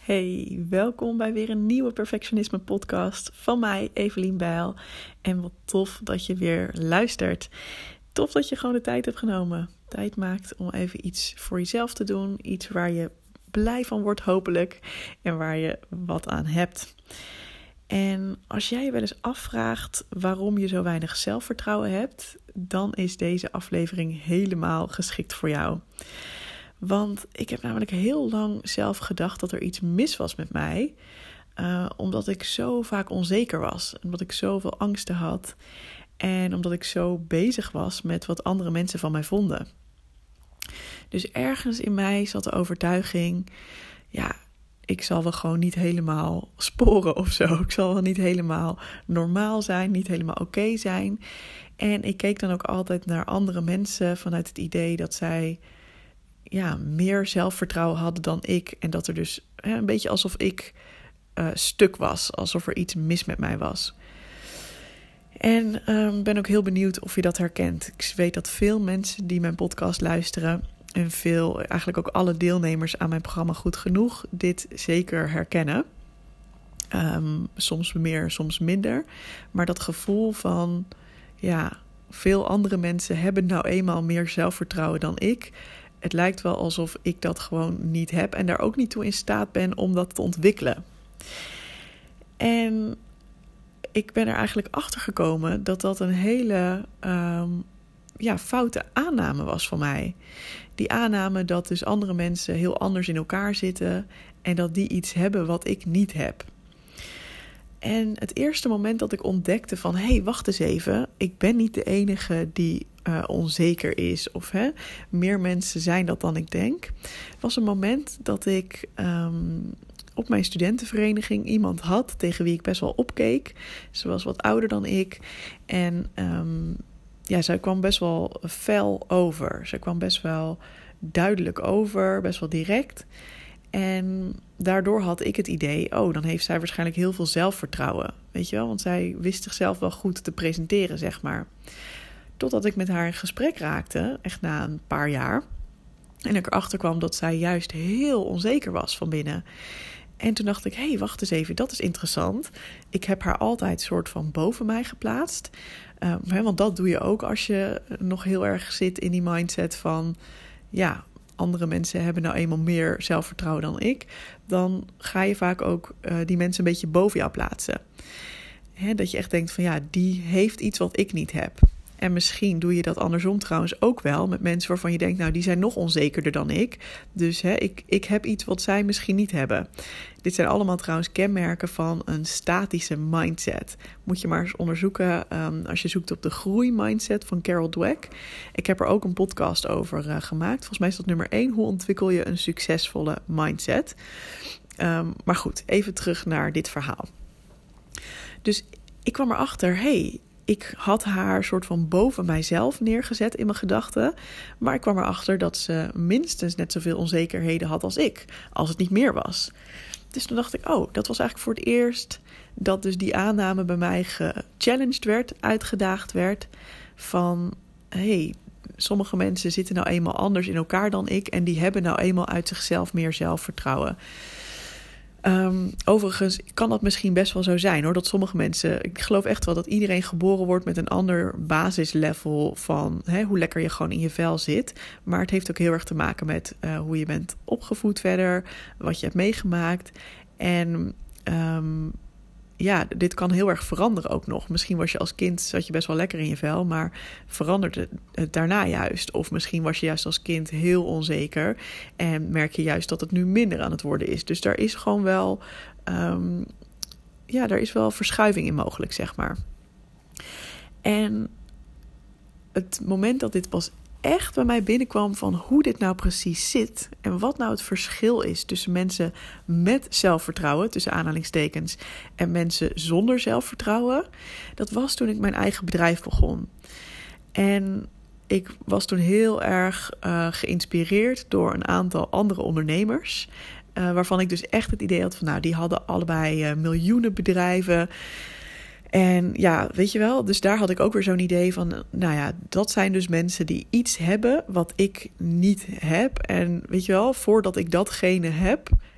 Hey, welkom bij weer een nieuwe Perfectionisme podcast van mij, Evelien Bijl. En wat tof dat je weer luistert. Tof dat je gewoon de tijd hebt genomen. Tijd maakt om even iets voor jezelf te doen. Iets waar je blij van wordt hopelijk en waar je wat aan hebt. En als jij je wel eens afvraagt waarom je zo weinig zelfvertrouwen hebt, dan is deze aflevering helemaal geschikt voor jou. Want ik heb namelijk heel lang zelf gedacht dat er iets mis was met mij. Omdat ik zo vaak onzeker was. Omdat ik zoveel angsten had. En omdat ik zo bezig was met wat andere mensen van mij vonden. Dus ergens in mij zat de overtuiging, ja, ik zal wel gewoon niet helemaal sporen of zo. Ik zal wel niet helemaal normaal zijn, niet helemaal oké zijn. En ik keek dan ook altijd naar andere mensen vanuit het idee dat zij meer zelfvertrouwen hadden dan ik. En dat er dus een beetje alsof ik stuk was. Alsof er iets mis met mij was. En ben ook heel benieuwd of je dat herkent. Ik weet dat veel mensen die mijn podcast luisteren en eigenlijk ook alle deelnemers aan mijn programma Goed Genoeg dit zeker herkennen. Soms meer, soms minder. Maar dat gevoel van, veel andere mensen hebben nou eenmaal meer zelfvertrouwen dan ik. Het lijkt wel alsof ik dat gewoon niet heb en daar ook niet toe in staat ben om dat te ontwikkelen. En ik ben er eigenlijk achter gekomen dat dat een hele foute aanname was van mij. Die aanname dat dus andere mensen heel anders in elkaar zitten en dat die iets hebben wat ik niet heb. En het eerste moment dat ik ontdekte van, wacht eens even, ik ben niet de enige die onzeker is. Of meer mensen zijn dat dan ik denk. Was een moment dat ik op mijn studentenvereniging iemand had tegen wie ik best wel opkeek. Ze was wat ouder dan ik. En zij kwam best wel fel over. Ze kwam best wel duidelijk over, best wel direct. En daardoor had ik het idee, dan heeft zij waarschijnlijk heel veel zelfvertrouwen. Weet je wel, want zij wist zichzelf wel goed te presenteren, zeg maar. Totdat ik met haar in gesprek raakte, echt na een paar jaar. En ik erachter kwam dat zij juist heel onzeker was van binnen. En toen dacht ik, wacht eens even, dat is interessant. Ik heb haar altijd soort van boven mij geplaatst. Want dat doe je ook als je nog heel erg zit in die mindset van, andere mensen hebben nou eenmaal meer zelfvertrouwen dan ik. Dan ga je vaak ook die mensen een beetje boven jou plaatsen. Dat je echt denkt van die heeft iets wat ik niet heb. En misschien doe je dat andersom trouwens ook wel met mensen waarvan je denkt, nou die zijn nog onzekerder dan ik. Dus ik heb iets wat zij misschien niet hebben. Dit zijn allemaal trouwens kenmerken van een statische mindset. Moet je maar eens onderzoeken als je zoekt op de groeimindset van Carol Dweck. Ik heb er ook een podcast over gemaakt. Volgens mij is dat nummer 1. Hoe ontwikkel je een succesvolle mindset? Maar goed, even terug naar dit verhaal. Dus ik kwam erachter, ik had haar soort van boven mijzelf neergezet in mijn gedachten. Maar ik kwam erachter dat ze minstens net zoveel onzekerheden had als ik. Als het niet meer was. Dus toen dacht ik, dat was eigenlijk voor het eerst dat dus die aanname bij mij gechallenged werd, uitgedaagd werd. Van, sommige mensen zitten nou eenmaal anders in elkaar dan ik. En die hebben nou eenmaal uit zichzelf meer zelfvertrouwen. Overigens kan dat misschien best wel zo zijn hoor, dat sommige mensen, ik geloof echt wel dat iedereen geboren wordt met een ander basislevel van hoe lekker je gewoon in je vel zit. Maar het heeft ook heel erg te maken met hoe je bent opgevoed verder, wat je hebt meegemaakt. En dit kan heel erg veranderen ook nog. Misschien was je als kind, zat je best wel lekker in je vel, maar veranderde het daarna juist. Of misschien was je juist als kind heel onzeker en merk je juist dat het nu minder aan het worden is. Dus daar is gewoon wel, daar is wel verschuiving in mogelijk, zeg maar. En het moment dat dit pas echt bij mij binnenkwam van hoe dit nou precies zit en wat nou het verschil is tussen mensen met zelfvertrouwen, tussen aanhalingstekens, en mensen zonder zelfvertrouwen, dat was toen ik mijn eigen bedrijf begon. En ik was toen heel erg geïnspireerd door een aantal andere ondernemers, waarvan ik dus echt het idee had van, die hadden allebei miljoenen bedrijven. En weet je wel, dus daar had ik ook weer zo'n idee van, dat zijn dus mensen die iets hebben wat ik niet heb. En weet je wel, voordat ik datgene heb,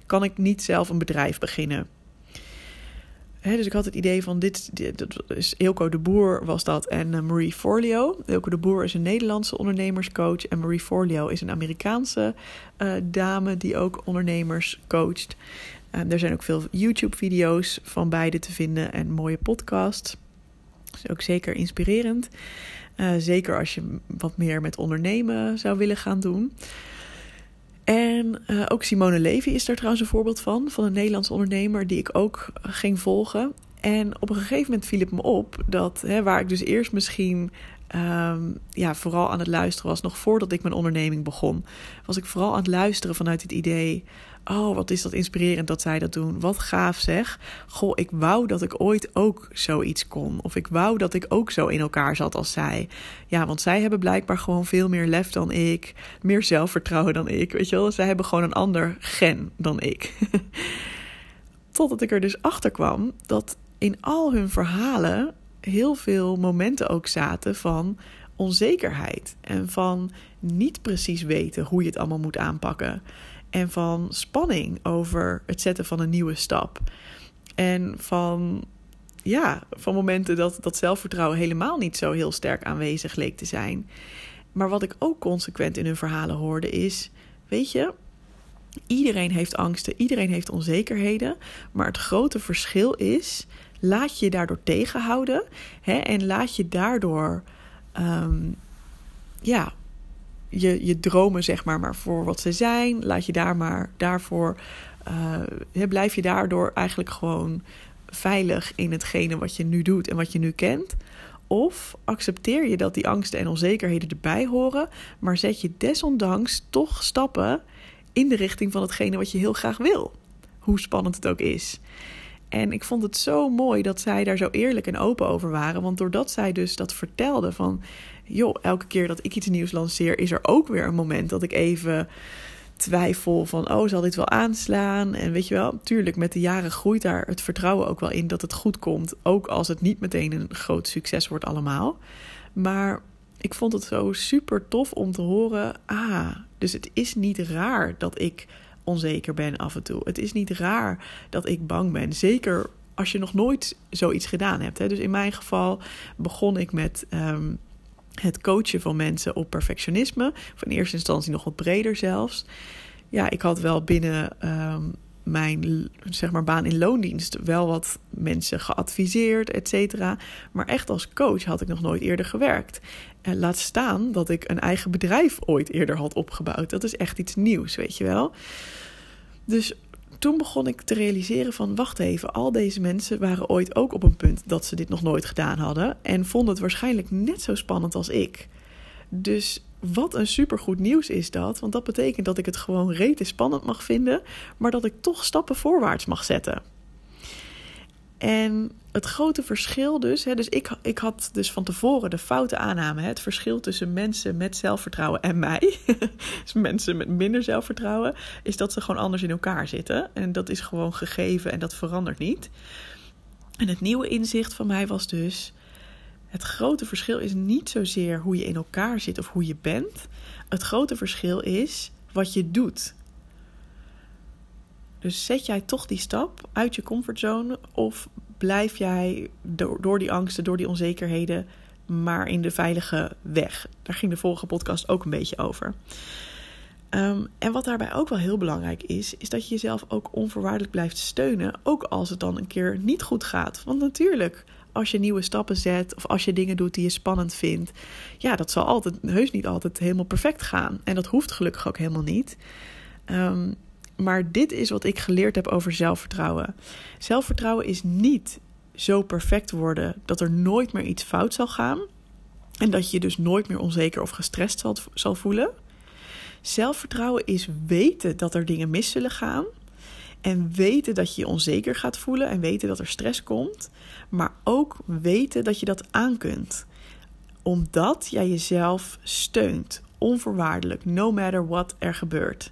kan ik niet zelf een bedrijf beginnen. Dus ik had het idee van dat is Eelco de Boer was dat en Marie Forleo. Eelco de Boer is een Nederlandse ondernemerscoach en Marie Forleo is een Amerikaanse dame die ook ondernemers coacht. Er zijn ook veel YouTube-video's van beide te vinden en mooie podcasts. Dat is ook zeker inspirerend. Zeker als je wat meer met ondernemen zou willen gaan doen. En ook Simone Levy is daar trouwens een voorbeeld van een Nederlandse ondernemer die ik ook ging volgen. En op een gegeven moment viel het me op dat, waar ik dus eerst misschien vooral aan het luisteren was, nog voordat ik mijn onderneming begon, was ik vooral aan het luisteren vanuit het idee, oh, wat is dat inspirerend dat zij dat doen. Wat gaaf zeg. Goh, ik wou dat ik ooit ook zoiets kon. Of ik wou dat ik ook zo in elkaar zat als zij. Ja, want zij hebben blijkbaar gewoon veel meer lef dan ik. Meer zelfvertrouwen dan ik. Weet je wel, zij hebben gewoon een ander gen dan ik. Totdat ik er dus achter kwam dat in al hun verhalen heel veel momenten ook zaten van onzekerheid. En van niet precies weten hoe je het allemaal moet aanpakken. En van spanning over het zetten van een nieuwe stap. En van momenten dat zelfvertrouwen helemaal niet zo heel sterk aanwezig leek te zijn. Maar wat ik ook consequent in hun verhalen hoorde is, weet je, iedereen heeft angsten, iedereen heeft onzekerheden. Maar het grote verschil is, laat je daardoor tegenhouden. En laat je daardoor je dromen zeg maar voor wat ze zijn. Laat je daarvoor blijf je daardoor eigenlijk gewoon veilig in hetgene wat je nu doet en wat je nu kent. Of accepteer je dat die angsten en onzekerheden erbij horen, maar zet je desondanks toch stappen in de richting van hetgene wat je heel graag wil. Hoe spannend het ook is. En ik vond het zo mooi dat zij daar zo eerlijk en open over waren. Want doordat zij dus dat vertelde van, joh, elke keer dat ik iets nieuws lanceer, is er ook weer een moment dat ik even twijfel van, oh, zal dit wel aanslaan? En weet je wel, tuurlijk, met de jaren groeit daar het vertrouwen ook wel in dat het goed komt. Ook als het niet meteen een groot succes wordt allemaal. Maar ik vond het zo super tof om te horen, dus het is niet raar dat ik onzeker ben af en toe. Het is niet raar dat ik bang ben. Zeker als je nog nooit zoiets gedaan hebt. Dus in mijn geval begon ik met het coachen van mensen op perfectionisme. Of in eerste instantie nog wat breder zelfs. Ja, ik had wel binnen mijn baan in loondienst wel wat mensen geadviseerd, et cetera. Maar echt als coach had ik nog nooit eerder gewerkt. Laat staan dat ik een eigen bedrijf ooit eerder had opgebouwd. Dat is echt iets nieuws, weet je wel. Dus toen begon ik te realiseren van, wacht even, al deze mensen waren ooit ook op een punt dat ze dit nog nooit gedaan hadden. En vonden het waarschijnlijk net zo spannend als ik. Dus wat een supergoed nieuws is dat. Want dat betekent dat ik het gewoon rete spannend mag vinden, maar dat ik toch stappen voorwaarts mag zetten. En het grote verschil dus ik had dus van tevoren de foute aanname. Het verschil tussen mensen met zelfvertrouwen en mij, dus mensen met minder zelfvertrouwen, is dat ze gewoon anders in elkaar zitten. En dat is gewoon gegeven en dat verandert niet. En het nieuwe inzicht van mij was dus, het grote verschil is niet zozeer hoe je in elkaar zit of hoe je bent. Het grote verschil is wat je doet. Dus zet jij toch die stap uit je comfortzone of blijf jij door die angsten, door die onzekerheden, maar in de veilige weg? Daar ging de vorige podcast ook een beetje over. En wat daarbij ook wel heel belangrijk is dat je jezelf ook onvoorwaardelijk blijft steunen, ook als het dan een keer niet goed gaat. Want natuurlijk, als je nieuwe stappen zet of als je dingen doet die je spannend vindt, ja, dat zal heus niet altijd helemaal perfect gaan. En dat hoeft gelukkig ook helemaal niet. Maar dit is wat ik geleerd heb over zelfvertrouwen. Zelfvertrouwen is niet zo perfect worden dat er nooit meer iets fout zal gaan. En dat je je dus nooit meer onzeker of gestrest zal voelen. Zelfvertrouwen is weten dat er dingen mis zullen gaan. En weten dat je je onzeker gaat voelen. En weten dat er stress komt. Maar ook weten dat je dat aan kunt. Omdat jij jezelf steunt. Onvoorwaardelijk. No matter what er gebeurt.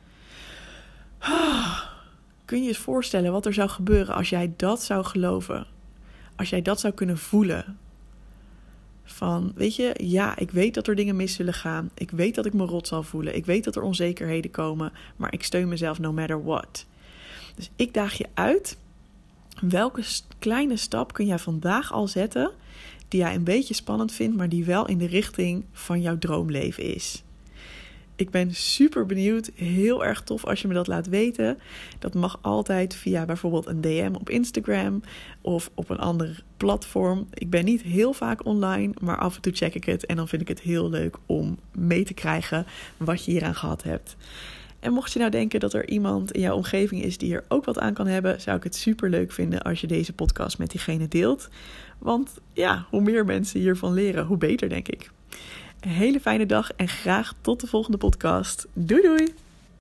Kun je je voorstellen wat er zou gebeuren als jij dat zou geloven? Als jij dat zou kunnen voelen? Van, weet je, ja, ik weet dat er dingen mis zullen gaan. Ik weet dat ik me rot zal voelen. Ik weet dat er onzekerheden komen. Maar ik steun mezelf no matter what. Dus ik daag je uit. Welke kleine stap kun jij vandaag al zetten die jij een beetje spannend vindt, maar die wel in de richting van jouw droomleven is? Ik ben super benieuwd. Heel erg tof als je me dat laat weten. Dat mag altijd via bijvoorbeeld een DM op Instagram of op een ander platform. Ik ben niet heel vaak online, maar af en toe check ik het. En dan vind ik het heel leuk om mee te krijgen wat je hieraan gehad hebt. En mocht je nou denken dat er iemand in jouw omgeving is die hier ook wat aan kan hebben, zou ik het super leuk vinden als je deze podcast met diegene deelt. Want ja, hoe meer mensen hiervan leren, hoe beter, denk ik. Een hele fijne dag en graag tot de volgende podcast. Doei doei!